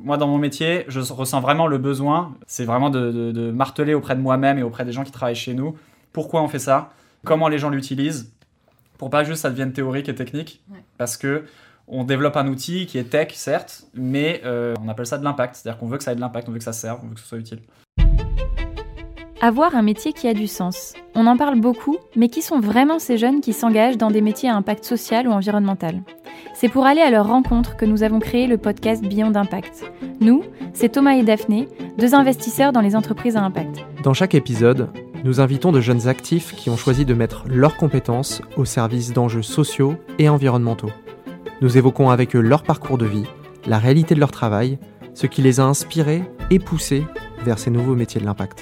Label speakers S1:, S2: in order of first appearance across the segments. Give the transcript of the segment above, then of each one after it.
S1: moi, dans mon métier, je ressens vraiment le besoin. C'est vraiment de marteler auprès de moi-même et auprès des gens qui travaillent chez nous. Pourquoi on fait ça ? Comment les gens l'utilisent ? Pour pas juste ça devienne théorique et technique. Ouais. Parce que on développe un outil qui est tech, certes, mais on appelle ça de l'impact. C'est-à-dire qu'on veut que ça ait de l'impact, on veut que ça serve, on veut que ce soit utile.
S2: Avoir un métier qui a du sens. On en parle beaucoup, mais qui sont vraiment ces jeunes qui s'engagent dans des métiers à impact social ou environnemental ? C'est pour aller à leur rencontre que nous avons créé le podcast Beyond Impact. Nous, c'est Thomas et Daphné, 2 investisseurs dans les entreprises à impact.
S3: Dans chaque épisode, nous invitons de jeunes actifs qui ont choisi de mettre leurs compétences au service d'enjeux sociaux et environnementaux. Nous évoquons avec eux leur parcours de vie, la réalité de leur travail, ce qui les a inspirés et poussés vers ces nouveaux métiers de l'impact.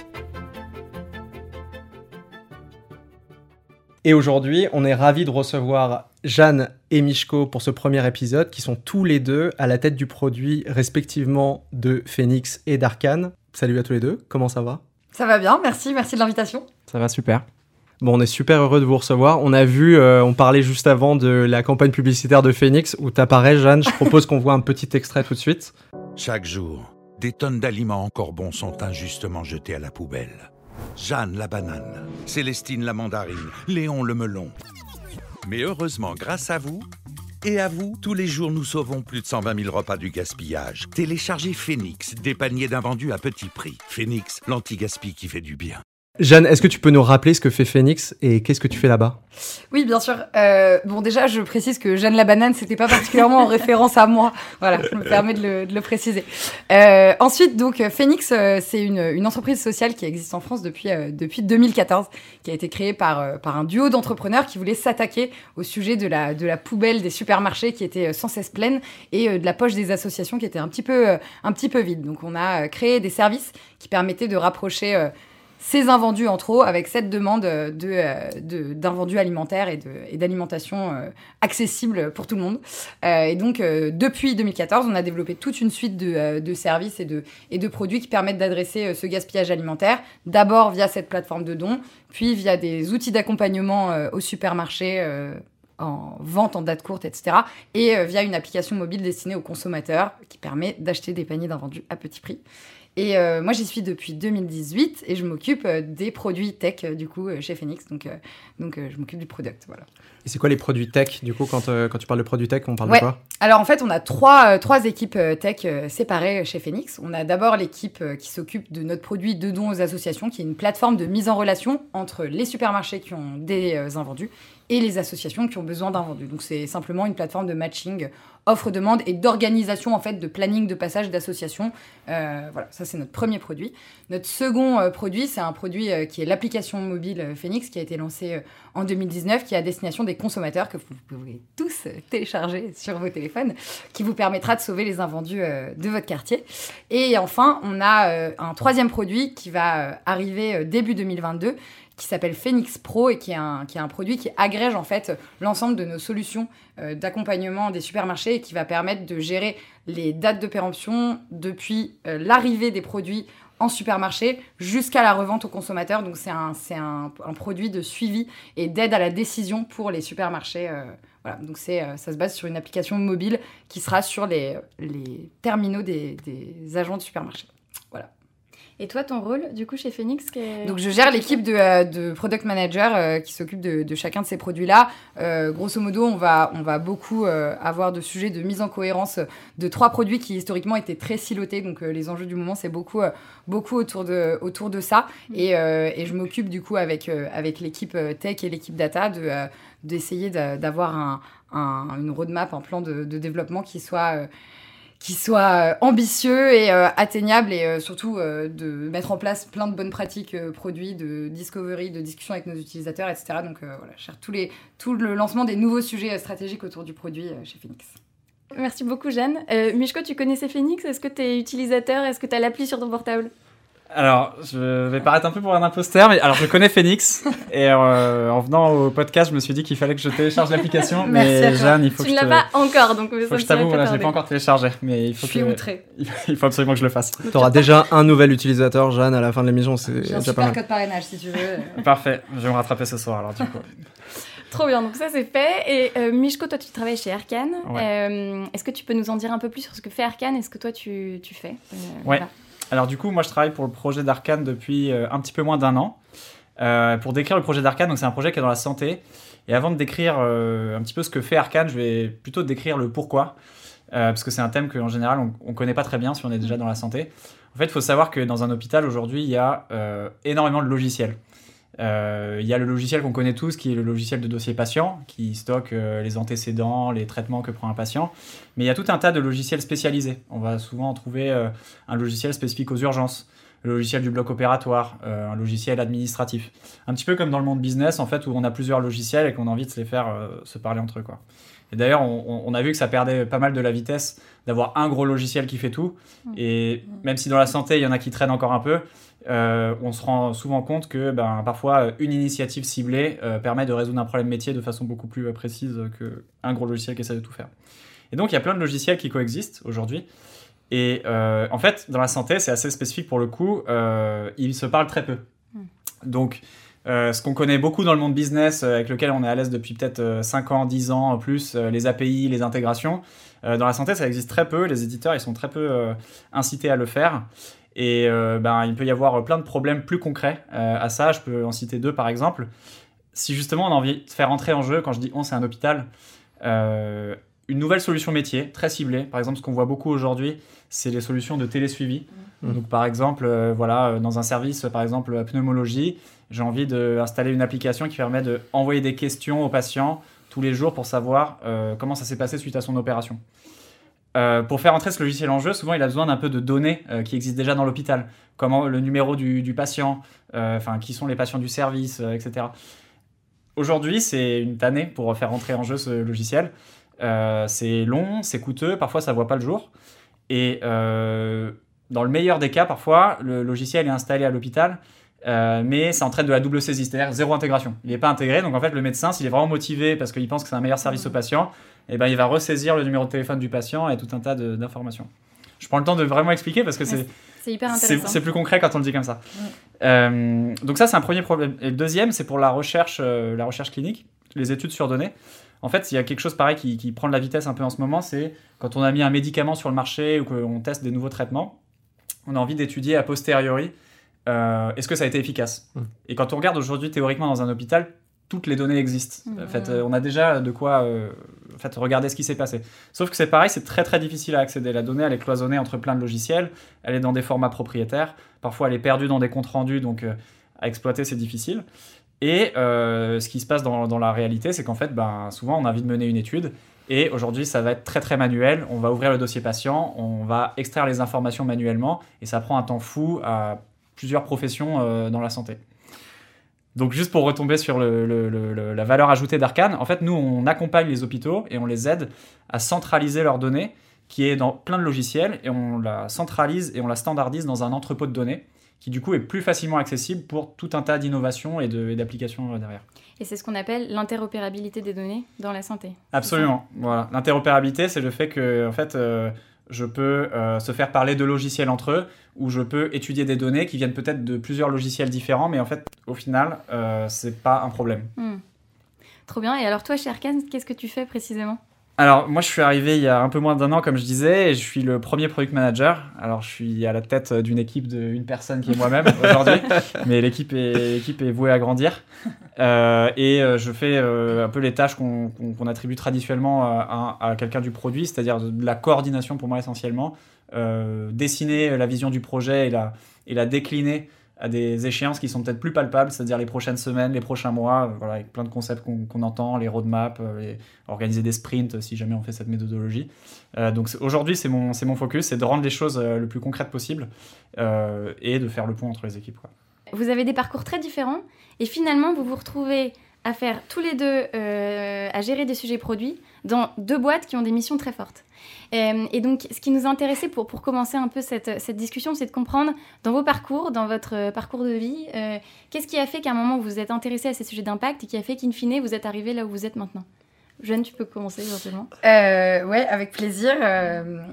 S3: Et aujourd'hui, on est ravis de recevoir Jeanne et Miško pour ce premier épisode, qui sont tous les deux à la tête du produit respectivement de Phoenix et d'Arcane. Salut à tous les deux, comment ça va ?
S4: Ça va bien, merci de l'invitation.
S3: Ça va super. Bon, on est super heureux de vous recevoir. On a vu, on parlait juste avant de la campagne publicitaire de Phoenix où t'apparais, Jeanne. Je propose qu'on voit un petit extrait tout de suite.
S5: Chaque jour, des tonnes d'aliments encore bons sont injustement jetés à la poubelle. Jeanne la banane, Célestine la mandarine, Léon le melon. Mais heureusement, grâce à vous, et à vous, tous les jours nous sauvons plus de 120 000 repas du gaspillage. Téléchargez Phoenix, des paniers d'invendus à petit prix. Phoenix, l'anti-gaspi qui fait du bien.
S3: Jeanne, est-ce que tu peux nous rappeler ce que fait Phoenix et qu'est-ce que tu fais là-bas ?
S4: Oui, bien sûr. Bon, déjà, je précise que Jeanne la banane, c'était pas particulièrement en référence à moi. Voilà, je me permets de le préciser. Ensuite, donc, Phoenix, c'est une entreprise sociale qui existe en France depuis 2014, qui a été créée par un duo d'entrepreneurs qui voulaient s'attaquer au sujet de la poubelle des supermarchés qui était sans cesse pleine et de la poche des associations qui était un petit peu vide. Donc, on a créé des services qui permettaient de rapprocher ces invendus en trop avec cette demande d'invendus alimentaires et d'alimentation accessible pour tout le monde. Et donc, depuis 2014, on a développé toute une suite de services et de produits qui permettent d'adresser ce gaspillage alimentaire, d'abord via cette plateforme de dons, puis via des outils d'accompagnement au supermarché, en vente en date courte, etc. Et via une application mobile destinée aux consommateurs qui permet d'acheter des paniers d'invendus à petit prix. Et moi, j'y suis depuis 2018 et je m'occupe des produits tech, du coup, chez Phoenix. Donc je m'occupe du product, voilà.
S3: Et c'est quoi les produits tech, du coup, quand tu parles de produits tech, on parle de quoi ?
S4: Alors, en fait, on a trois équipes tech séparées chez Phoenix. On a d'abord l'équipe qui s'occupe de notre produit de dons aux associations, qui est une plateforme de mise en relation entre les supermarchés qui ont des invendus et les associations qui ont besoin d'invendus. Donc, c'est simplement une plateforme de matching offre-demande et d'organisation, en fait, de planning de passage d'associations. Voilà, ça, c'est notre premier produit. Notre second produit, c'est un produit qui est l'application mobile Phoenix, qui a été lancée en 2019, qui est à destination des consommateurs, que vous pouvez tous télécharger sur vos téléphones, qui vous permettra de sauver les invendus de votre quartier. Et enfin, on a un troisième produit qui va arriver début 2022, qui s'appelle Phoenix Pro et qui est un produit qui agrège en fait l'ensemble de nos solutions d'accompagnement des supermarchés et qui va permettre de gérer les dates de péremption depuis l'arrivée des produits en supermarché jusqu'à la revente aux consommateurs. Donc c'est un produit de suivi et d'aide à la décision pour les supermarchés. Voilà. Donc ça se base sur une application mobile qui sera sur les terminaux des agents de supermarché. Voilà.
S2: Et toi, ton rôle, du coup, chez Phoenix
S4: Donc, je gère l'équipe de product manager qui s'occupe de chacun de ces produits-là. Grosso modo, on va beaucoup avoir de sujets de mise en cohérence de 3 produits qui, historiquement, étaient très silotés. Donc, les enjeux du moment, c'est beaucoup autour de ça. Et je m'occupe, du coup, avec l'équipe tech et l'équipe data d'essayer d'avoir une roadmap, un plan de développement qui soit ambitieux et atteignable et surtout de mettre en place plein de bonnes pratiques produits, de discovery, de discussion avec nos utilisateurs, etc. Donc voilà, je gère tout le lancement des nouveaux sujets stratégiques autour du produit chez Phoenix.
S2: Merci beaucoup, Jeanne. Miško, tu connaissais Phoenix ? Est-ce que tu es utilisateur ? Est-ce que tu as l'appli sur ton portable ?
S1: Alors, je vais paraître un peu pour un imposteur, mais alors je connais Phoenix et en venant au podcast, je me suis dit qu'il fallait que je télécharge l'application. Mais Jeanne, il faut que
S2: tu ne l'as pas encore, donc
S1: faut que je t'avoue, voilà, je l'ai pas encore téléchargé, mais
S4: je suis outrée.
S1: Il faut absolument que je le fasse.
S3: Tu auras déjà un nouvel utilisateur, Jeanne, à la fin de l'émission.
S4: J'ai un super code parrainage, si tu veux.
S1: Parfait, je vais me rattraper ce soir alors du coup.
S2: Trop bien, donc ça c'est fait. Et Michko, toi tu travailles chez Arkane.
S1: Ouais.
S2: Est-ce que tu peux nous en dire un peu plus sur ce que fait Arkane et ce que toi tu fais
S1: Ouais.
S2: Voilà.
S1: Alors du coup, moi je travaille pour le projet d'Arkane depuis un petit peu moins d'1 an. Pour décrire le projet d'Arkane, donc c'est un projet qui est dans la santé. Et avant de décrire un petit peu ce que fait Arkane, je vais plutôt décrire le pourquoi. Parce que c'est un thème qu'en général on ne connaît pas très bien si on est déjà dans la santé. En fait, il faut savoir que dans un hôpital aujourd'hui, il y a énormément de logiciels. Il y a le logiciel qu'on connaît tous, qui est le logiciel de dossier patient, qui stocke les antécédents, les traitements que prend un patient. Mais il y a tout un tas de logiciels spécialisés. On va souvent trouver un logiciel spécifique aux urgences, le logiciel du bloc opératoire, un logiciel administratif. Un petit peu comme dans le monde business, en fait, où on a plusieurs logiciels et qu'on a envie de se les faire se parler entre eux, quoi. Et d'ailleurs, on a vu que ça perdait pas mal de la vitesse d'avoir un gros logiciel qui fait tout. Et même si dans la santé, il y en a qui traînent encore un peu, on se rend souvent compte que parfois, une initiative ciblée permet de résoudre un problème métier de façon beaucoup plus précise qu'un gros logiciel qui essaie de tout faire. Et donc, il y a plein de logiciels qui coexistent aujourd'hui. Et en fait, dans la santé, c'est assez spécifique pour le coup, ils se parlent très peu. Donc, ce qu'on connaît beaucoup dans le monde business, avec lequel on est à l'aise depuis peut-être 5 ans, 10 ans, plus, les API, les intégrations, dans la santé, ça existe très peu. Les éditeurs, ils sont très peu incités à le faire. Et il peut y avoir plein de problèmes plus concrets à ça. Je peux en citer 2, par exemple. Si justement on a envie de faire entrer en jeu, quand je dis on, c'est un hôpital, une nouvelle solution métier, très ciblée. Par exemple, ce qu'on voit beaucoup aujourd'hui, c'est les solutions de télésuivi. Donc, par exemple, dans un service, par exemple, pneumologie, j'ai envie d'installer une application qui permet d'envoyer des questions aux patients tous les jours pour savoir comment ça s'est passé suite à son opération. Pour faire entrer ce logiciel en jeu, souvent, il a besoin d'un peu de données qui existent déjà dans l'hôpital, comme le numéro du patient, qui sont les patients du service, etc. Aujourd'hui, c'est une tannée pour faire entrer en jeu ce logiciel. C'est long, c'est coûteux, parfois ça ne voit pas le jour. Et dans le meilleur des cas, parfois, le logiciel est installé à l'hôpital, mais ça entraîne de la double saisie, c'est-à-dire zéro intégration. Il n'est pas intégré, donc en fait, le médecin, s'il est vraiment motivé parce qu'il pense que c'est un meilleur service au patient, il va ressaisir le numéro de téléphone du patient et tout un tas d'informations. Je prends le temps de vraiment expliquer parce que c'est
S2: hyper intéressant.
S1: C'est plus concret quand on le dit comme ça. Donc ça, c'est un premier problème. Et le deuxième, c'est pour la recherche clinique, les études sur données. En fait, il y a quelque chose pareil qui prend de la vitesse un peu en ce moment, c'est quand on a mis un médicament sur le marché ou qu'on teste des nouveaux traitements, on a envie d'étudier a posteriori est-ce que ça a été efficace. Et quand on regarde aujourd'hui théoriquement dans un hôpital, toutes les données existent. En fait, on a déjà de quoi regarder ce qui s'est passé. Sauf que c'est pareil, c'est très très difficile à accéder. La donnée, elle est cloisonnée entre plein de logiciels, elle est dans des formats propriétaires, parfois elle est perdue dans des comptes rendus, donc à exploiter c'est difficile. Et ce qui se passe dans la réalité, c'est qu'en fait, souvent on a envie de mener une étude, et aujourd'hui ça va être très très manuel. On va ouvrir le dossier patient, on va extraire les informations manuellement, et ça prend un temps fou à plusieurs professions dans la santé. Donc juste pour retomber sur la valeur ajoutée d'Arkane, en fait nous on accompagne les hôpitaux et on les aide à centraliser leurs données qui est dans plein de logiciels, et on la centralise et on la standardise dans un entrepôt de données qui du coup est plus facilement accessible pour tout un tas d'innovations et d'applications derrière.
S2: Et c'est ce qu'on appelle l'interopérabilité des données dans la santé.
S1: Absolument, voilà. L'interopérabilité, c'est le fait que en fait, je peux se faire parler de logiciels entre eux, ou je peux étudier des données qui viennent peut-être de plusieurs logiciels différents, mais en fait, au final, c'est pas un problème.
S2: Trop bien. Et alors toi, chez Arkane, qu'est-ce que tu fais précisément ?
S1: Alors, moi, je suis arrivé il y a un peu moins d'1 an, comme je disais, et je suis le premier product manager. Alors, je suis à la tête d'une équipe d'une personne qui est moi-même aujourd'hui, mais l'équipe est vouée à grandir. Et je fais un peu les tâches qu'on attribue traditionnellement à quelqu'un du produit, c'est-à-dire de la coordination pour moi essentiellement, dessiner la vision du projet et la décliner à des échéances qui sont peut-être plus palpables, c'est-à-dire les prochaines semaines, les prochains mois, avec plein de concepts qu'on entend, les roadmaps, organiser des sprints si jamais on fait cette méthodologie. Donc aujourd'hui, c'est mon focus, c'est de rendre les choses le plus concrètes possible et de faire le pont entre les équipes, quoi.
S2: Vous avez des parcours très différents et finalement, vous vous retrouvez à faire tous les deux, à gérer des sujets produits dans 2 boîtes qui ont des missions très fortes. Et donc, ce qui nous intéressait pour commencer un peu cette discussion, c'est de comprendre dans vos parcours, dans votre parcours de vie, qu'est-ce qui a fait qu'à un moment vous vous êtes intéressé à ces sujets d'impact et qui a fait qu'in fine vous êtes arrivé là où vous êtes maintenant. Jeanne, tu peux commencer éventuellement.
S4: Ouais, avec plaisir.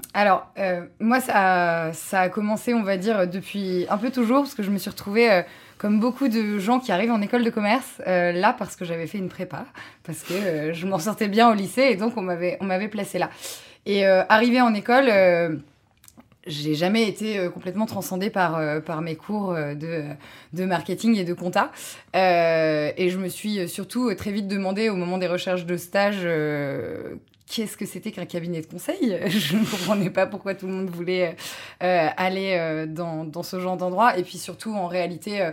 S4: Moi, ça a commencé, on va dire, depuis un peu toujours, parce que je me suis retrouvée comme beaucoup de gens qui arrivent en école de commerce, là parce que j'avais fait une prépa, parce que je m'en sortais bien au lycée et donc on m'avait placée là. Et arrivée en école, j'ai jamais été complètement transcendée par mes cours de marketing et de compta. Et je me suis surtout très vite demandé au moment des recherches de stage qu'est-ce que c'était qu'un cabinet de conseil. Je ne comprenais pas pourquoi tout le monde voulait aller dans ce genre d'endroit. Et puis surtout, en réalité,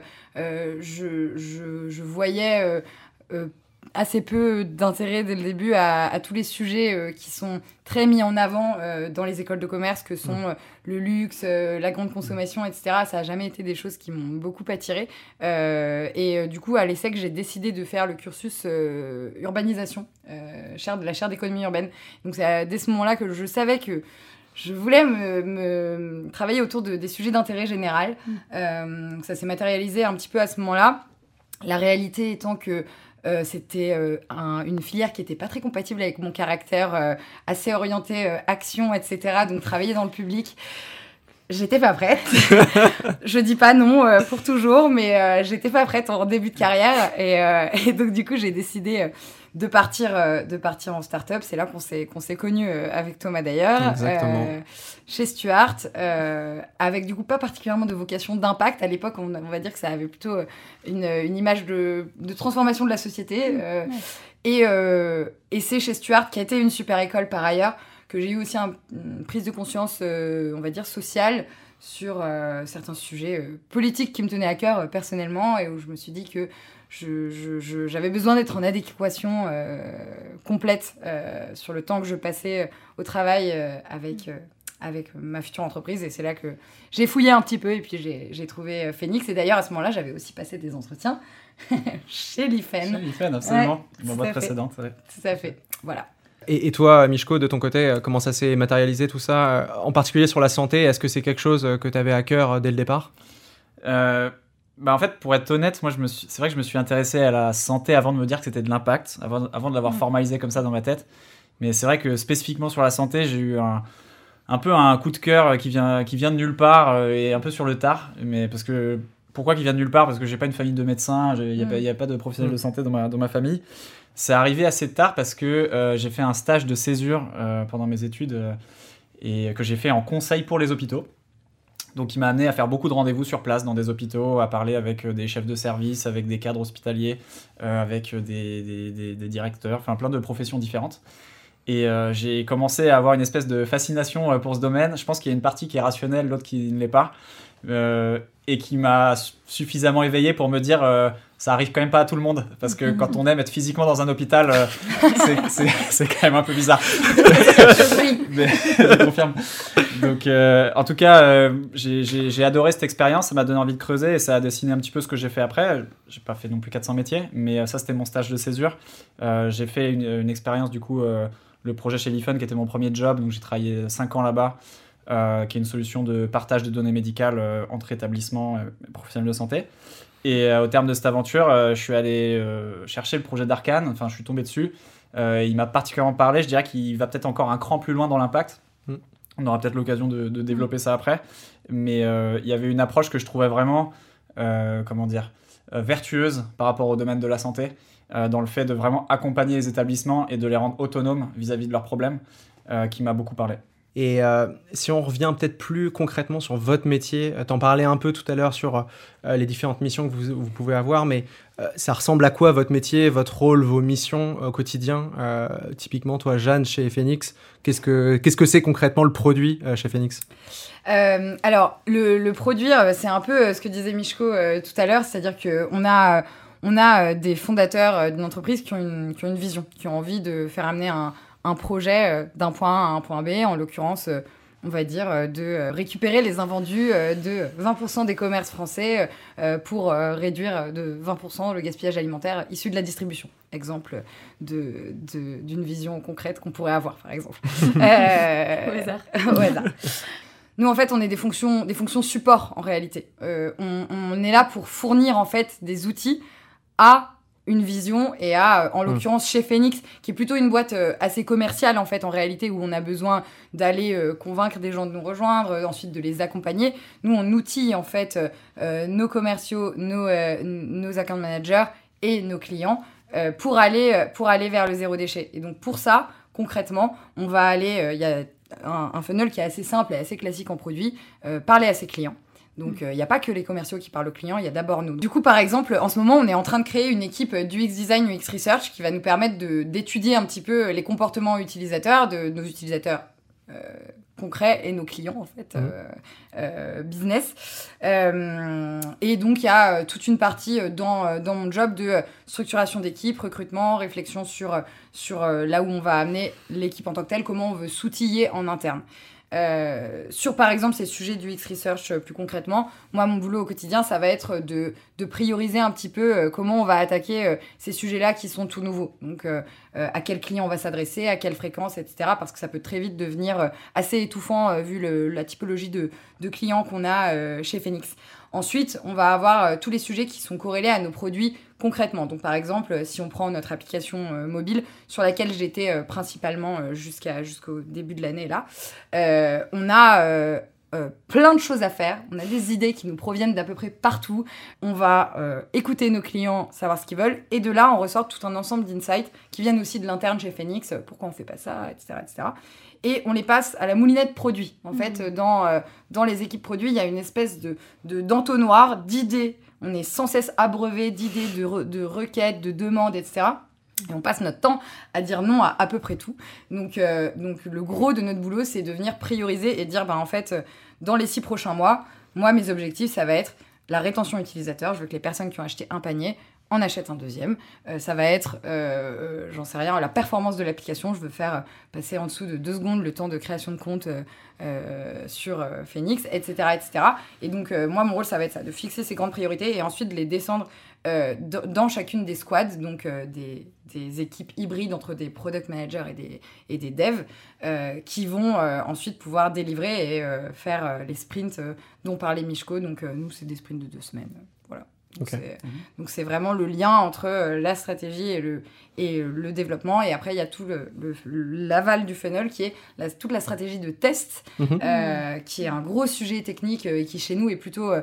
S4: je voyais assez peu d'intérêt dès le début à tous les sujets qui sont très mis en avant dans les écoles de commerce, que sont le luxe, la grande consommation, etc. Ça n'a jamais été des choses qui m'ont beaucoup attirée. Et du coup, à l'ESSEC, j'ai décidé de faire le cursus urbanisation, la chaire d'économie urbaine. Donc c'est dès ce moment-là que je savais que je voulais me travailler autour des sujets d'intérêt général. Ça s'est matérialisé un petit peu à ce moment-là. La réalité étant que c'était une filière qui n'était pas très compatible avec mon caractère assez orienté action, etc. Donc travailler dans le public, j'étais pas prête. Je dis pas non pour toujours, mais j'étais pas prête en début de carrière. Et donc du coup, j'ai décidé de partir en start-up. C'est là qu'on s'est connus avec Thomas d'ailleurs.
S3: Exactement.
S4: Chez Stuart, avec du coup pas particulièrement de vocation d'impact. À l'époque, on va dire que ça avait plutôt une image de transformation de la société. Et c'est chez Stuart, qui a été une super école par ailleurs, que j'ai eu aussi une prise de conscience, on va dire, sociale sur certains sujets politiques qui me tenaient à cœur personnellement, et où je me suis dit que j'avais besoin d'être en adéquation complète sur le temps que je passais au travail avec ma future entreprise. Et c'est là que j'ai fouillé un petit peu et puis j'ai trouvé Phoenix. Et d'ailleurs, à ce moment-là, j'avais aussi passé des entretiens chez l'IFEN.
S1: Chez l'IFEN, absolument.
S4: Ouais,
S1: Mon boîte précédente.
S4: Ouais. Tout à fait, voilà.
S3: Et toi, Michko, de ton côté, comment ça s'est matérialisé tout ça, en particulier sur la santé? Est-ce que c'est quelque chose que tu avais à cœur dès le départ?
S1: En fait, pour être honnête, moi, c'est vrai que je me suis intéressé à la santé avant de me dire que c'était de l'impact, avant de l'avoir formalisé comme ça dans ma tête. Mais c'est vrai que spécifiquement sur la santé, j'ai eu un peu un coup de cœur qui vient de nulle part et un peu sur le tard. Mais pourquoi qui vient de nulle part? Parce que j'ai pas une famille de médecins, il y a pas de professionnels de santé dans ma famille. C'est arrivé assez tard parce que j'ai fait un stage de césure pendant mes études et que j'ai fait en conseil pour les hôpitaux. Donc, il m'a amené à faire beaucoup de rendez-vous sur place dans des hôpitaux, à parler avec des chefs de service, avec des cadres hospitaliers, avec des directeurs, enfin plein de professions différentes. Et j'ai commencé à avoir une espèce de fascination pour ce domaine. Je pense qu'il y a une partie qui est rationnelle, l'autre qui ne l'est pas, et qui m'a suffisamment éveillé pour me dire ça arrive quand même pas à tout le monde, parce que quand on aime être physiquement dans un hôpital, c'est quand même un peu bizarre. Mais, je confirme. Donc, en tout cas, j'ai adoré cette expérience, ça m'a donné envie de creuser et ça a dessiné un petit peu ce que j'ai fait après. J'ai pas fait non plus 400 métiers, mais ça, c'était mon stage de césure. J'ai fait une expérience, du coup, le projet chez l'IFEN, qui était mon premier job, donc j'ai travaillé 5 ans là-bas, qui est une solution de partage de données médicales entre établissements professionnels de santé. Et au terme de cette aventure, je suis allé chercher le projet d'Arcane, enfin, je suis tombé dessus. Il m'a particulièrement parlé, je dirais qu'il va peut-être encore un cran plus loin dans l'impact. On aura peut-être l'occasion de développer ça après. Mais il y avait une approche que je trouvais vraiment, vertueuse par rapport au domaine de la santé, dans le fait de vraiment accompagner les établissements et de les rendre autonomes vis-à-vis de leurs problèmes, qui m'a beaucoup parlé.
S3: Et si on revient peut-être plus concrètement sur votre métier, t'en parlais un peu tout à l'heure sur les différentes missions que vous pouvez avoir, mais ça ressemble à quoi votre métier, votre rôle, vos missions au quotidien? Typiquement, toi, Jeanne, chez Phoenix, qu'est-ce que c'est concrètement le produit chez Phoenix?
S4: Alors, le produit, c'est un peu ce que disait Michko tout à l'heure, c'est-à-dire qu'on a des fondateurs d'une entreprise qui ont une vision, qui ont envie de faire amener un projet d'un point A à un point B, en l'occurrence, on va dire, de récupérer les invendus de 20% des commerces français pour réduire de 20% le gaspillage alimentaire issu de la distribution. Exemple d'une vision concrète qu'on pourrait avoir, par exemple. Au hasard. Nous, en fait, on est des fonctions support, en réalité. On est là pour fournir, en fait, des outils à une vision et en l'occurrence chez Phoenix, qui est plutôt une boîte assez commerciale en fait en réalité, où on a besoin d'aller convaincre des gens de nous rejoindre, ensuite de les accompagner. Nous on outille en fait nos commerciaux, nos account managers et nos clients pour aller vers le zéro déchet. Et donc pour ça, concrètement, on va aller, il y a un funnel qui est assez simple et assez classique en produit, parler à ses clients. Donc, il n'y a pas que les commerciaux qui parlent aux clients, il y a d'abord nous. Du coup, par exemple, en ce moment, on est en train de créer une équipe d'UX Design, UX Research qui va nous permettre d'étudier un petit peu les comportements utilisateurs de nos utilisateurs concrets et nos clients, en fait, business. Et donc, il y a toute une partie dans mon job de structuration d'équipe, recrutement, réflexion sur là où on va amener l'équipe en tant que telle, comment on veut s'outiller en interne. Sur par exemple ces sujets du UX Research plus concrètement, moi mon boulot au quotidien ça va être de prioriser un petit peu comment on va attaquer ces sujets-là qui sont tout nouveaux, donc à quel client on va s'adresser, à quelle fréquence, etc. parce que ça peut très vite devenir assez étouffant vu la typologie de clients qu'on a chez Phoenix. Ensuite, on va avoir tous les sujets qui sont corrélés à nos produits concrètement. Donc, par exemple, si on prend notre application mobile, sur laquelle j'étais principalement jusqu'au début de l'année, là, on a plein de choses à faire. On a des idées qui nous proviennent d'à peu près partout. On va écouter nos clients, savoir ce qu'ils veulent. Et de là, on ressort tout un ensemble d'insights qui viennent aussi de l'interne chez Phoenix. Pourquoi on fait pas ça, etc., etc. Et on les passe à la moulinette produit. En fait, dans les équipes produits, il y a une espèce d'entonnoir d'idées. On est sans cesse abreuvé d'idées, de requêtes, de demandes, etc. Et on passe notre temps à dire non à peu près tout. Donc le gros de notre boulot, c'est de venir prioriser et dire, en fait, dans les 6 prochains mois, moi, mes objectifs, ça va être la rétention utilisateur. Je veux que les personnes qui ont acheté un panier en achètent un deuxième. Ça va être, j'en sais rien, la performance de l'application. Je veux faire passer en dessous de 2 secondes le temps de création de compte sur Phoenix, etc., etc. Et donc, moi, mon rôle, ça va être ça, de fixer ces grandes priorités et ensuite de les descendre dans chacune des squads, donc des équipes hybrides entre des product managers et des devs qui vont ensuite pouvoir délivrer et faire les sprints dont parlait Michko. Donc, nous, c'est des sprints de 2 semaines. Voilà. Donc c'est vraiment le lien entre la stratégie et le développement. Et après, il y a tout l'aval du funnel qui est toute la stratégie de test, qui est un gros sujet technique et qui, chez nous, est plutôt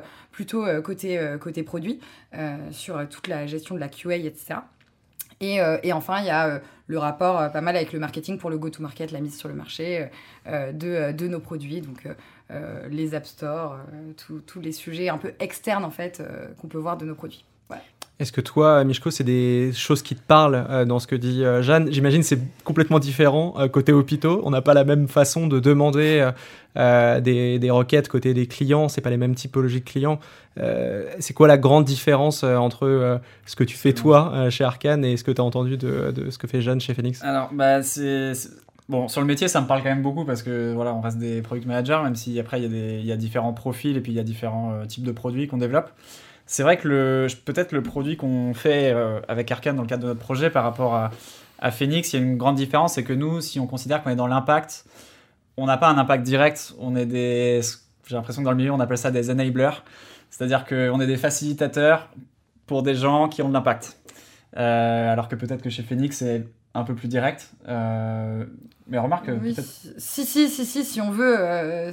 S4: côté produit, sur toute la gestion de la QA, etc. Et enfin, il y a le rapport pas mal avec le marketing pour le go-to-market, la mise sur le marché de nos produits. Donc, les App Store, tous les sujets un peu externes, en fait, qu'on peut voir de nos produits. Voilà.
S3: Est-ce que toi, Michko, c'est des choses qui te parlent dans ce que dit Jeanne ? J'imagine que c'est complètement différent côté hôpitaux. On n'a pas la même façon de demander des requêtes côté des clients. C'est pas les mêmes typologies de clients. C'est quoi la grande différence entre ce que tu fais toi chez Arcane et ce que tu as entendu de ce que fait Jeanne chez Phoenix ?
S1: Alors, bon, sur le métier, ça me parle quand même beaucoup parce que voilà, on reste des product managers, même si après il y a différents profils et puis il y a différents types de produits qu'on développe. C'est vrai que peut-être le produit qu'on fait avec Arcane dans le cadre de notre projet par rapport à Phoenix, il y a une grande différence, c'est que nous, si on considère qu'on est dans l'impact, on n'a pas un impact direct, on est j'ai l'impression que dans le milieu, on appelle ça des enablers, c'est-à-dire qu'on est des facilitateurs pour des gens qui ont de l'impact. Alors que peut-être que chez Phoenix, c'est un peu plus direct. Mais remarque,
S4: oui,
S1: peut-être...
S4: Si on veut.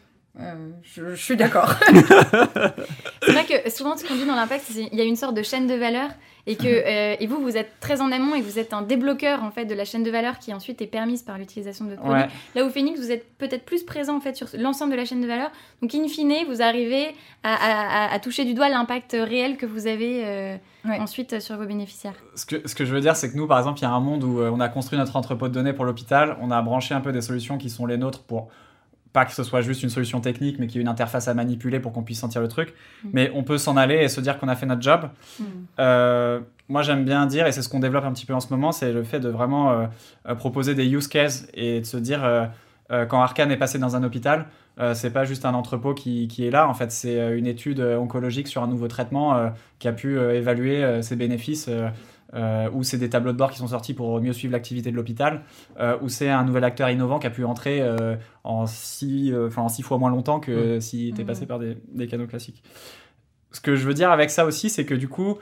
S4: Je suis d'accord.
S2: C'est vrai que souvent, ce qu'on dit dans l'impact, c'est qu'il y a une sorte de chaîne de valeur et que et vous êtes très en amont et que vous êtes un débloqueur en fait, de la chaîne de valeur qui ensuite est permise par l'utilisation de votre produit. Ouais. Là où Phoenix, vous êtes peut-être plus présent en fait, sur l'ensemble de la chaîne de valeur. Donc, in fine, vous arrivez à toucher du doigt l'impact réel que vous avez ensuite sur vos bénéficiaires.
S1: Ce que je veux dire, c'est que nous, par exemple, il y a un monde où on a construit notre entrepôt de données pour l'hôpital. On a branché un peu des solutions qui sont les nôtres pour... Pas que ce soit juste une solution technique, mais qu'il y ait une interface à manipuler pour qu'on puisse sentir le truc. Mais on peut s'en aller et se dire qu'on a fait notre job. Moi, j'aime bien dire, et c'est ce qu'on développe un petit peu en ce moment, c'est le fait de vraiment proposer des use cases et de se dire, quand Arcane est passé dans un hôpital, c'est pas juste un entrepôt qui est là. En fait, c'est une étude oncologique sur un nouveau traitement qui a pu évaluer ses bénéfices. Ou c'est des tableaux de bord qui sont sortis pour mieux suivre l'activité de l'hôpital, ou c'est un nouvel acteur innovant qui a pu entrer en 6 fois moins longtemps que s'il était passé par des canaux classiques. Ce que je veux dire avec ça aussi, c'est que du coup,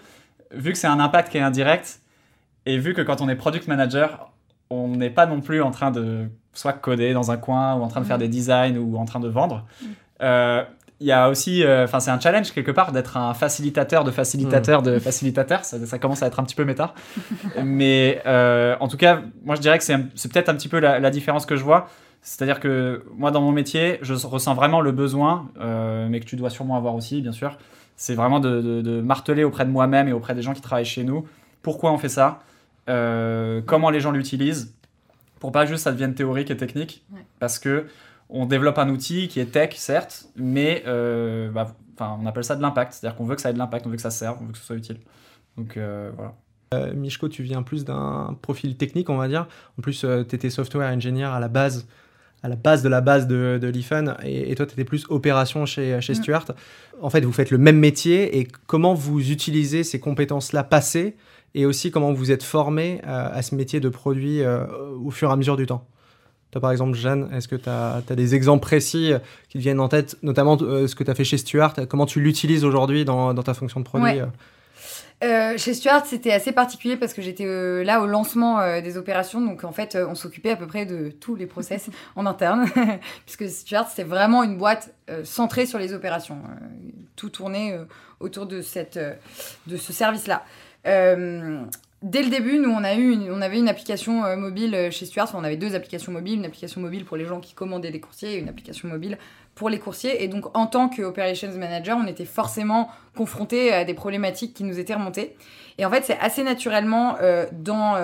S1: vu que c'est un impact qui est indirect, et vu que quand on est product manager, on n'est pas non plus en train de soit coder dans un coin, ou en train de faire des designs, ou en train de vendre. Il y a aussi, c'est un challenge quelque part d'être un facilitateur de facilitateurs. Ça commence à être un petit peu méta. Mais en tout cas, moi je dirais que c'est peut-être un petit peu la différence que je vois. C'est-à-dire que moi dans mon métier, je ressens vraiment le besoin, mais que tu dois sûrement avoir aussi, bien sûr. C'est vraiment de marteler auprès de moi-même et auprès des gens qui travaillent chez nous. Pourquoi on fait ça ? Comment les gens l'utilisent ? Pour pas juste ça devienne théorique et technique. Parce que on développe un outil qui est tech, certes, mais on appelle ça de l'impact. C'est-à-dire qu'on veut que ça ait de l'impact, on veut que ça serve, on veut que ce soit utile. Donc voilà.
S3: Michko, tu viens plus d'un profil technique, on va dire. En plus, tu étais software engineer à la base de la base de l'IFUN, et toi, tu étais plus opération chez Stuart. En fait, vous faites le même métier, et comment vous utilisez ces compétences-là passées, et aussi comment vous êtes formé à ce métier de produit au fur et à mesure du temps. Toi, par exemple, Jeanne, est-ce que tu as des exemples précis qui te viennent en tête, notamment ce que tu as fait chez Stuart, comment tu l'utilises aujourd'hui dans ta fonction de produit ?
S4: Chez Stuart, c'était assez particulier parce que j'étais là au lancement des opérations. Donc, en fait, on s'occupait à peu près de tous les process en interne. Puisque Stuart, c'était vraiment une boîte centrée sur les opérations. Tout tournait autour de ce service-là. Dès le début, nous, on avait une application mobile chez Stuart. Enfin, on avait 2 applications mobiles. Une application mobile pour les gens qui commandaient des coursiers et une application mobile pour les coursiers. Et donc, en tant qu'Operations Manager, on était forcément confrontés à des problématiques qui nous étaient remontées. Et en fait, c'est assez naturellement dans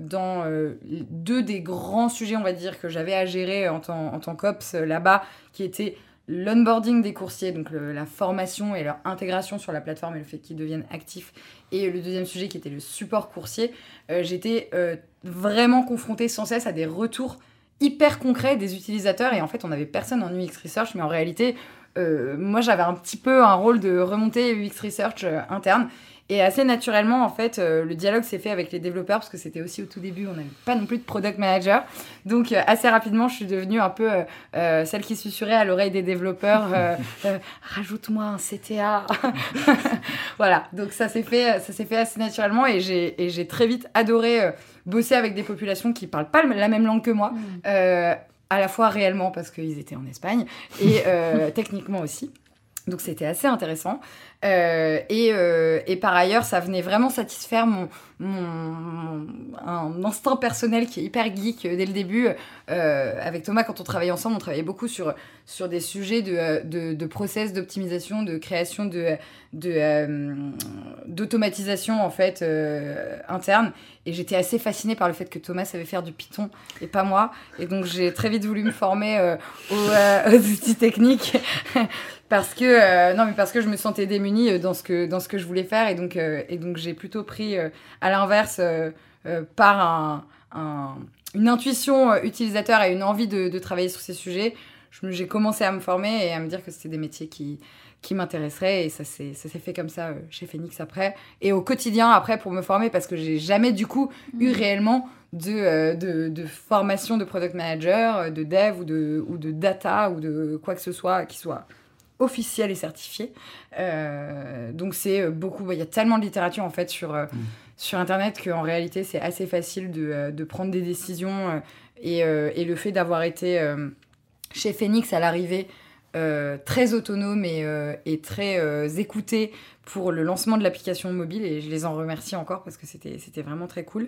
S4: 2 des grands sujets, on va dire, que j'avais à gérer en tant qu'ops là-bas, qui étaient l'onboarding des coursiers, donc la formation et leur intégration sur la plateforme et le fait qu'ils deviennent actifs. Et le deuxième sujet qui était le support coursier, j'étais vraiment confrontée sans cesse à des retours hyper concrets des utilisateurs. Et en fait, on n'avait personne en UX Research, mais en réalité, moi, j'avais un petit peu un rôle de remontée UX Research interne. Et assez naturellement, en fait, le dialogue s'est fait avec les développeurs parce que c'était aussi au tout début, on n'avait pas non plus de product manager. Donc, assez rapidement, je suis devenue un peu celle qui susurrait à l'oreille des développeurs rajoute-moi un CTA. Voilà, donc ça s'est fait assez naturellement et j'ai très vite adoré bosser avec des populations qui ne parlent pas la même langue que moi, à la fois réellement parce qu'ils étaient en Espagne et techniquement aussi. Donc c'était assez intéressant et par ailleurs ça venait vraiment satisfaire un instinct personnel qui est hyper geek dès le début. Avec Thomas, quand on travaillait ensemble, on travaillait beaucoup sur des sujets de process d'optimisation, de création d'automatisation en fait interne, et j'étais assez fascinée par le fait que Thomas savait faire du Python et pas moi, et donc j'ai très vite voulu me former aux outils techniques parce que je me sentais démunie dans ce que je voulais faire, et donc j'ai plutôt pris à l'inverse par une intuition utilisateur et une envie de travailler sur ces sujets. J'ai commencé à me former et à me dire que c'était des métiers qui m'intéresseraient, et ça s'est fait comme ça chez Phoenix après, et au quotidien après pour me former, parce que j'ai jamais du coup eu réellement de formation de product manager, de dev ou de data ou de quoi que ce soit qui soit officiel et certifié. Donc c'est beaucoup, il y a tellement de littérature en fait sur internet qu'en réalité c'est assez facile de prendre des décisions, et le fait d'avoir été chez Phoenix à l'arrivée très autonome et très écouté pour le lancement de l'application mobile, et je les en remercie encore parce que c'était vraiment très cool.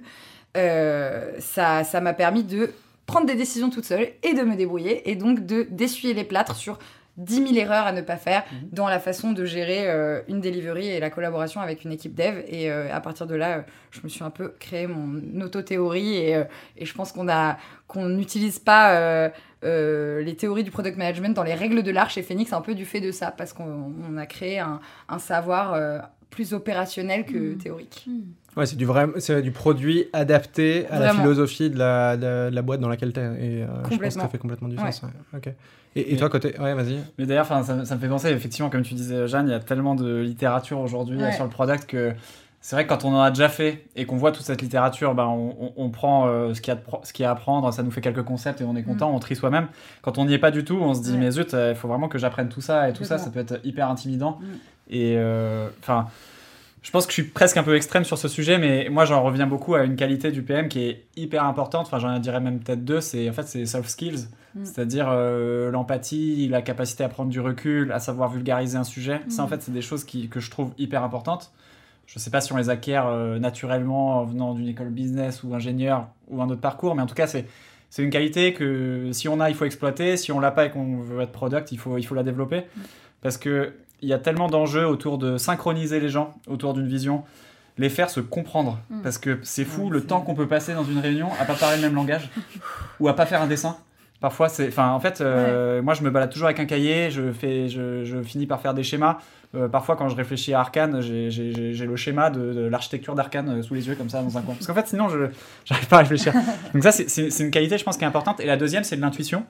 S4: Ça m'a permis de prendre des décisions toute seule et de me débrouiller, et donc d'essuyer les plâtres sur 10 000 erreurs à ne pas faire dans la façon de gérer une delivery et la collaboration avec une équipe dev. Et à partir de là, je me suis un peu créé mon auto-théorie, et je pense qu'on n'utilise pas les théories du product management dans les règles de l'art chez Phoenix, un peu du fait de ça, parce qu'on a créé un savoir plus opérationnel que théorique.
S3: Ouais, c'est du produit adapté à la philosophie de la boîte dans laquelle tu es. Et je pense que ça fait complètement du sens. Ouais. Okay. Et toi, côté... Ouais, vas-y.
S1: Mais d'ailleurs, ça me fait penser, effectivement, comme tu disais, Jeanne, il y a tellement de littérature aujourd'hui sur le product que c'est vrai que quand on en a déjà fait et qu'on voit toute cette littérature, on prend ce qu'il y a à apprendre, ça nous fait quelques concepts et on est content, on trie soi-même. Quand on n'y est pas du tout, on se dit mais zut, il faut vraiment que j'apprenne tout ça, et tout ça peut être hyper intimidant. Et Je pense que je suis presque un peu extrême sur ce sujet, mais moi j'en reviens beaucoup à une qualité du PM qui est hyper importante. Enfin, j'en dirais même peut-être 2. C'est soft skills, c'est-à-dire l'empathie, la capacité à prendre du recul, à savoir vulgariser un sujet. Ça, en fait, c'est des choses que je trouve hyper importantes. Je sais pas si on les acquiert naturellement en venant d'une école business ou ingénieur ou un autre parcours, mais en tout cas, c'est une qualité que si on a, il faut exploiter. Si on l'a pas et qu'on veut être product, il faut la développer. Parce que il y a tellement d'enjeux autour de synchroniser les gens autour d'une vision, les faire se comprendre. Parce que c'est fou le temps qu'on peut passer dans une réunion à pas parler le même langage ou à pas faire un dessin. Parfois, moi, je me balade toujours avec un cahier, je finis par faire des schémas. Parfois, quand je réfléchis à Arcane, j'ai le schéma de l'architecture d'Arcane sous les yeux, comme ça, dans un coin. Parce qu'en fait, sinon, je n'arrive pas à réfléchir. Donc ça, c'est une qualité, je pense, qui est importante. Et la deuxième, c'est de l'intuition.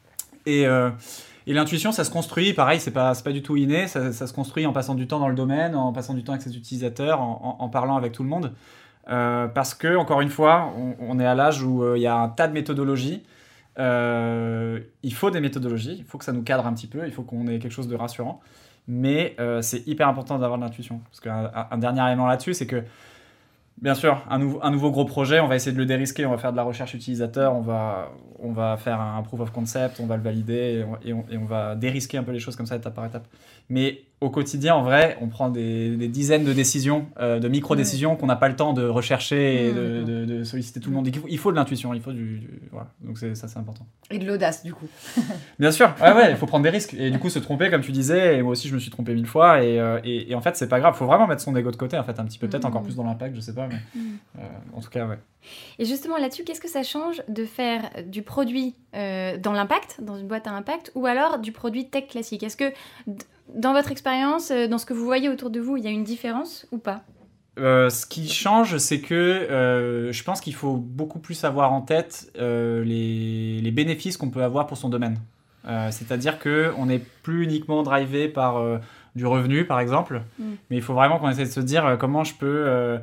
S1: Et l'intuition, ça se construit, pareil, c'est pas du tout inné, ça se construit en passant du temps dans le domaine, en passant du temps avec ses utilisateurs, en parlant avec tout le monde. Parce que, encore une fois, on est à l'âge où il y a un tas de méthodologies. Il faut des méthodologies, il faut que ça nous cadre un petit peu, il faut qu'on ait quelque chose de rassurant. Mais c'est hyper important d'avoir de l'intuition. Parce qu'un dernier élément là-dessus, c'est que, bien sûr, un nouveau gros projet, on va essayer de le dérisquer, on va faire de la recherche utilisateur, on va faire un proof of concept, on va le valider et on va dérisquer un peu les choses comme ça étape par étape. Mais au quotidien, en vrai, on prend des dizaines de décisions, de micro-décisions qu'on n'a pas le temps de rechercher et de solliciter tout le monde. Il faut de l'intuition, il faut voilà. Donc ça, c'est important.
S4: Et de l'audace, du coup.
S1: Bien sûr, ouais, il faut prendre des risques. Et du coup, se tromper, comme tu disais, et moi aussi, je me suis trompé 1000 fois. Et en fait, c'est pas grave, il faut vraiment mettre son ego de côté, en fait, un petit peu, peut-être encore plus dans l'impact, je sais pas. Mais, en tout cas, ouais.
S2: Et justement, là-dessus, qu'est-ce que ça change de faire du produit dans l'impact, dans une boîte à impact, ou alors du produit tech classique ? Est-ce que, dans votre expérience, dans ce que vous voyez autour de vous, il y a une différence ou pas ?
S1: Ce qui change, c'est que je pense qu'il faut beaucoup plus avoir en tête les bénéfices qu'on peut avoir pour son domaine. C'est-à-dire qu'on n'est plus uniquement drivé par du revenu, par exemple, mais il faut vraiment qu'on essaie de se dire comment je peux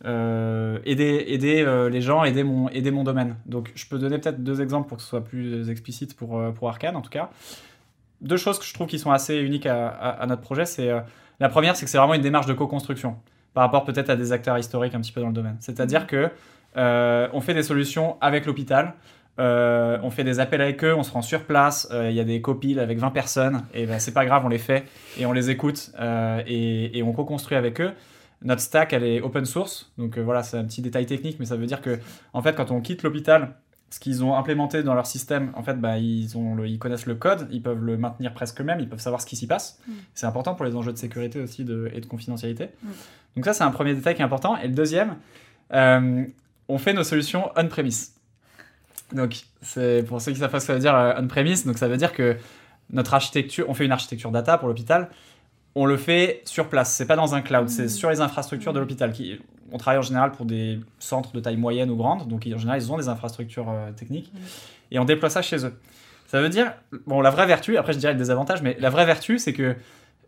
S1: aider les gens, aider mon domaine. Donc je peux donner peut-être 2 exemples pour que ce soit plus explicite pour Arcane, en tout cas. 2 choses que je trouve qui sont assez uniques à notre projet, c'est la première, c'est que c'est vraiment une démarche de co-construction par rapport peut-être à des acteurs historiques un petit peu dans le domaine. C'est-à-dire que on fait des solutions avec l'hôpital, on fait des appels avec eux, on se rend sur place, il y a des copiles avec 20 personnes, et ben, c'est pas grave, on les fait et on les écoute et on co-construit avec eux. Notre stack, elle est open source, donc voilà, c'est un petit détail technique, mais ça veut dire que en fait, quand on quitte l'hôpital, ce qu'ils ont implémenté dans leur système, en fait, ils connaissent le code, ils peuvent le maintenir presque eux-mêmes, ils peuvent savoir ce qui s'y passe. C'est important pour les enjeux de sécurité aussi et de confidentialité. Donc ça, c'est un premier détail qui est important. Et le deuxième, on fait nos solutions on-premise. Donc, c'est pour ceux qui savent pas ce que ça veut dire on-premise, donc ça veut dire que notre architecture, on fait une architecture data pour l'hôpital, on le fait sur place, c'est pas dans un cloud, c'est sur les infrastructures de l'hôpital. On travaille en général pour des centres de taille moyenne ou grande, donc en général ils ont des infrastructures techniques, et on déploie ça chez eux. Ça veut dire, bon, la vraie vertu, après je dirais le désavantage, mais la vraie vertu, c'est que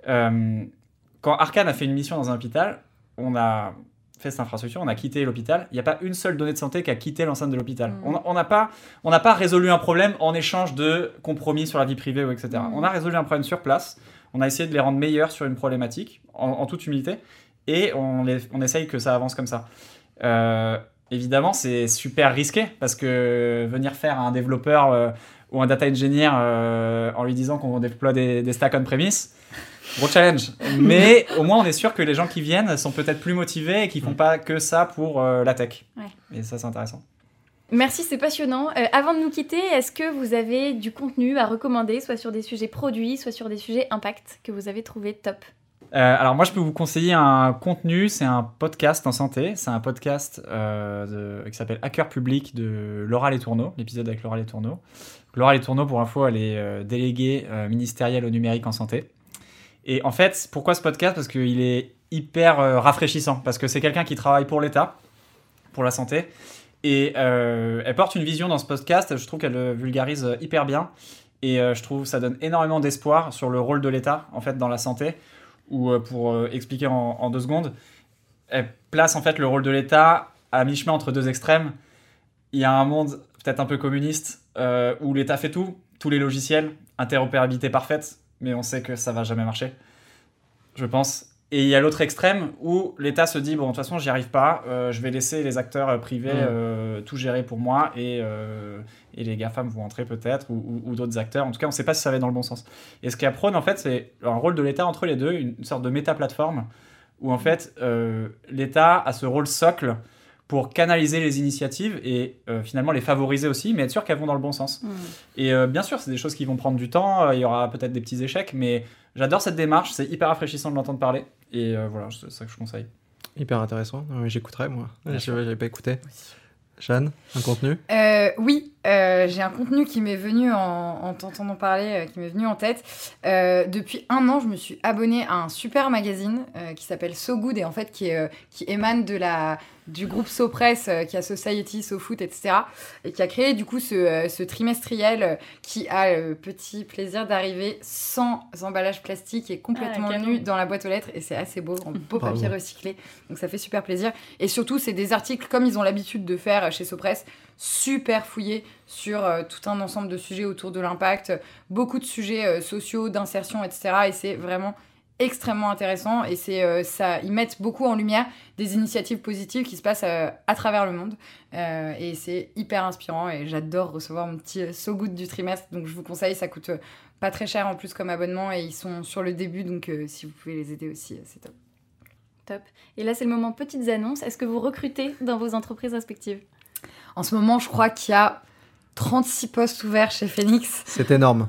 S1: quand Arcane a fait une mission dans un hôpital, on a fait cette infrastructure, on a quitté l'hôpital, il n'y a pas une seule donnée de santé qui a quitté l'enceinte de l'hôpital. On n'a pas résolu un problème en échange de compromis sur la vie privée, ou etc. On a résolu un problème sur place, on a essayé de les rendre meilleurs sur une problématique, en toute humilité, et on essaye que ça avance comme ça. Évidemment, c'est super risqué, parce que venir faire un développeur ou un data engineer en lui disant qu'on déploie des stacks on-premise, gros challenge. Mais au moins, on est sûr que les gens qui viennent sont peut-être plus motivés et qui font pas que ça pour la tech. Ouais. Et ça, c'est intéressant.
S2: Merci, c'est passionnant. Avant de nous quitter, est-ce que vous avez du contenu à recommander, soit sur des sujets produits, soit sur des sujets impact, que vous avez trouvé top ?
S1: Alors moi, je peux vous conseiller un contenu, c'est un podcast en santé. C'est un podcast qui s'appelle Hacker Public de Laura Letourneau, l'épisode avec Laura Letourneau. Laura Letourneau, pour info, elle est déléguée ministérielle au numérique en santé. Et en fait, pourquoi ce podcast ? Parce qu'il est hyper rafraîchissant, parce que c'est quelqu'un qui travaille pour l'État, pour la santé, et elle porte une vision dans ce podcast, je trouve qu'elle vulgarise hyper bien, et je trouve que ça donne énormément d'espoir sur le rôle de l'État, en fait, dans la santé, ou pour expliquer en 2 secondes, elle place en fait le rôle de l'État à mi-chemin entre 2 extrêmes. Il y a un monde peut-être un peu communiste, où l'État fait tout, tous les logiciels, interopérabilité parfaite, mais on sait que ça va jamais marcher, je pense. Et il y a l'autre extrême où l'État se dit, bon, de toute façon, j'y arrive pas, je vais laisser les acteurs privés tout gérer pour moi et les GAFAM vont entrer peut-être, ou d'autres acteurs. En tout cas, on ne sait pas si ça va dans le bon sens. Et ce qu'il prône, en fait, c'est un rôle de l'État entre les deux, une sorte de méta-plateforme où, en fait, l'État a ce rôle socle pour canaliser les initiatives et finalement les favoriser aussi, mais être sûr qu'elles vont dans le bon sens. Et bien sûr, c'est des choses qui vont prendre du temps, il y aura peut-être des petits échecs, mais j'adore cette démarche, c'est hyper rafraîchissant de l'entendre parler. Et voilà, c'est ça que je conseille.
S3: Hyper intéressant. J'écouterai, moi. Je n'avais pas écouté. Jeanne, un contenu ?
S4: Oui, j'ai un contenu qui m'est venu en t'entendant parler, qui m'est venu en tête. Depuis 1 an, je me suis abonnée à un super magazine qui s'appelle So Good et en fait qui émane du groupe So Press, qui a Society, So Foot, etc. Et qui a créé du coup ce trimestriel qui a le petit plaisir d'arriver sans emballage plastique et complètement nu dans la boîte aux lettres. Et c'est assez beau, en beau papier recyclé. Donc ça fait super plaisir. Et surtout, c'est des articles comme ils ont l'habitude de faire chez So Press, super fouillés sur tout un ensemble de sujets autour de l'impact, beaucoup de sujets sociaux, d'insertion, etc. Et c'est vraiment extrêmement intéressant et ils mettent beaucoup en lumière des initiatives positives qui se passent à travers le monde et c'est hyper inspirant et j'adore recevoir mon petit So Good du trimestre, donc je vous conseille, ça coûte pas très cher en plus comme abonnement et ils sont sur le début, donc si vous pouvez les aider aussi, c'est top.
S2: Top. Et là c'est le moment petites annonces, est-ce que vous recrutez dans vos entreprises respectives ?
S4: En ce moment, je crois qu'il y a 36 postes ouverts chez Phoenix.
S3: C'est énorme.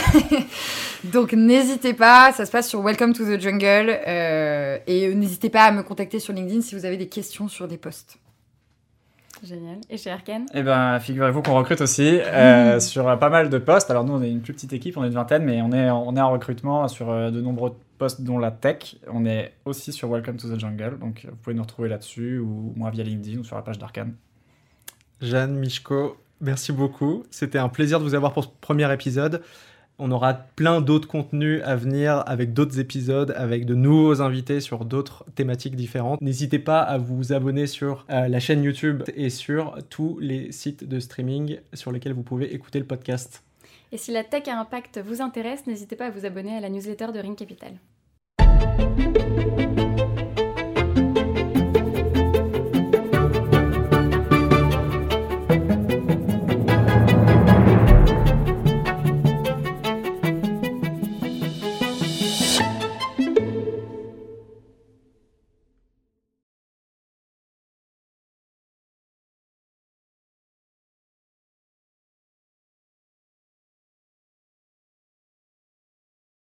S4: Donc n'hésitez pas, ça se passe sur Welcome to the Jungle et n'hésitez pas à me contacter sur LinkedIn si vous avez des questions sur des postes.
S2: Génial. Et chez Arcane ?
S1: Eh bien, figurez-vous qu'on recrute aussi sur pas mal de postes. Alors nous, on est une plus petite équipe, on est une vingtaine, mais on est en recrutement sur de nombreux postes, dont la tech. On est aussi sur Welcome to the Jungle, donc vous pouvez nous retrouver là-dessus, ou moi via LinkedIn ou sur la page d'Arcane.
S3: Jeanne, Michko, merci beaucoup. C'était un plaisir de vous avoir pour ce premier épisode. On aura plein d'autres contenus à venir avec d'autres épisodes, avec de nouveaux invités sur d'autres thématiques différentes. N'hésitez pas à vous abonner sur la chaîne YouTube et sur tous les sites de streaming sur lesquels vous pouvez écouter le podcast.
S2: Et si la tech à impact vous intéresse, n'hésitez pas à vous abonner à la newsletter de Ring Capital.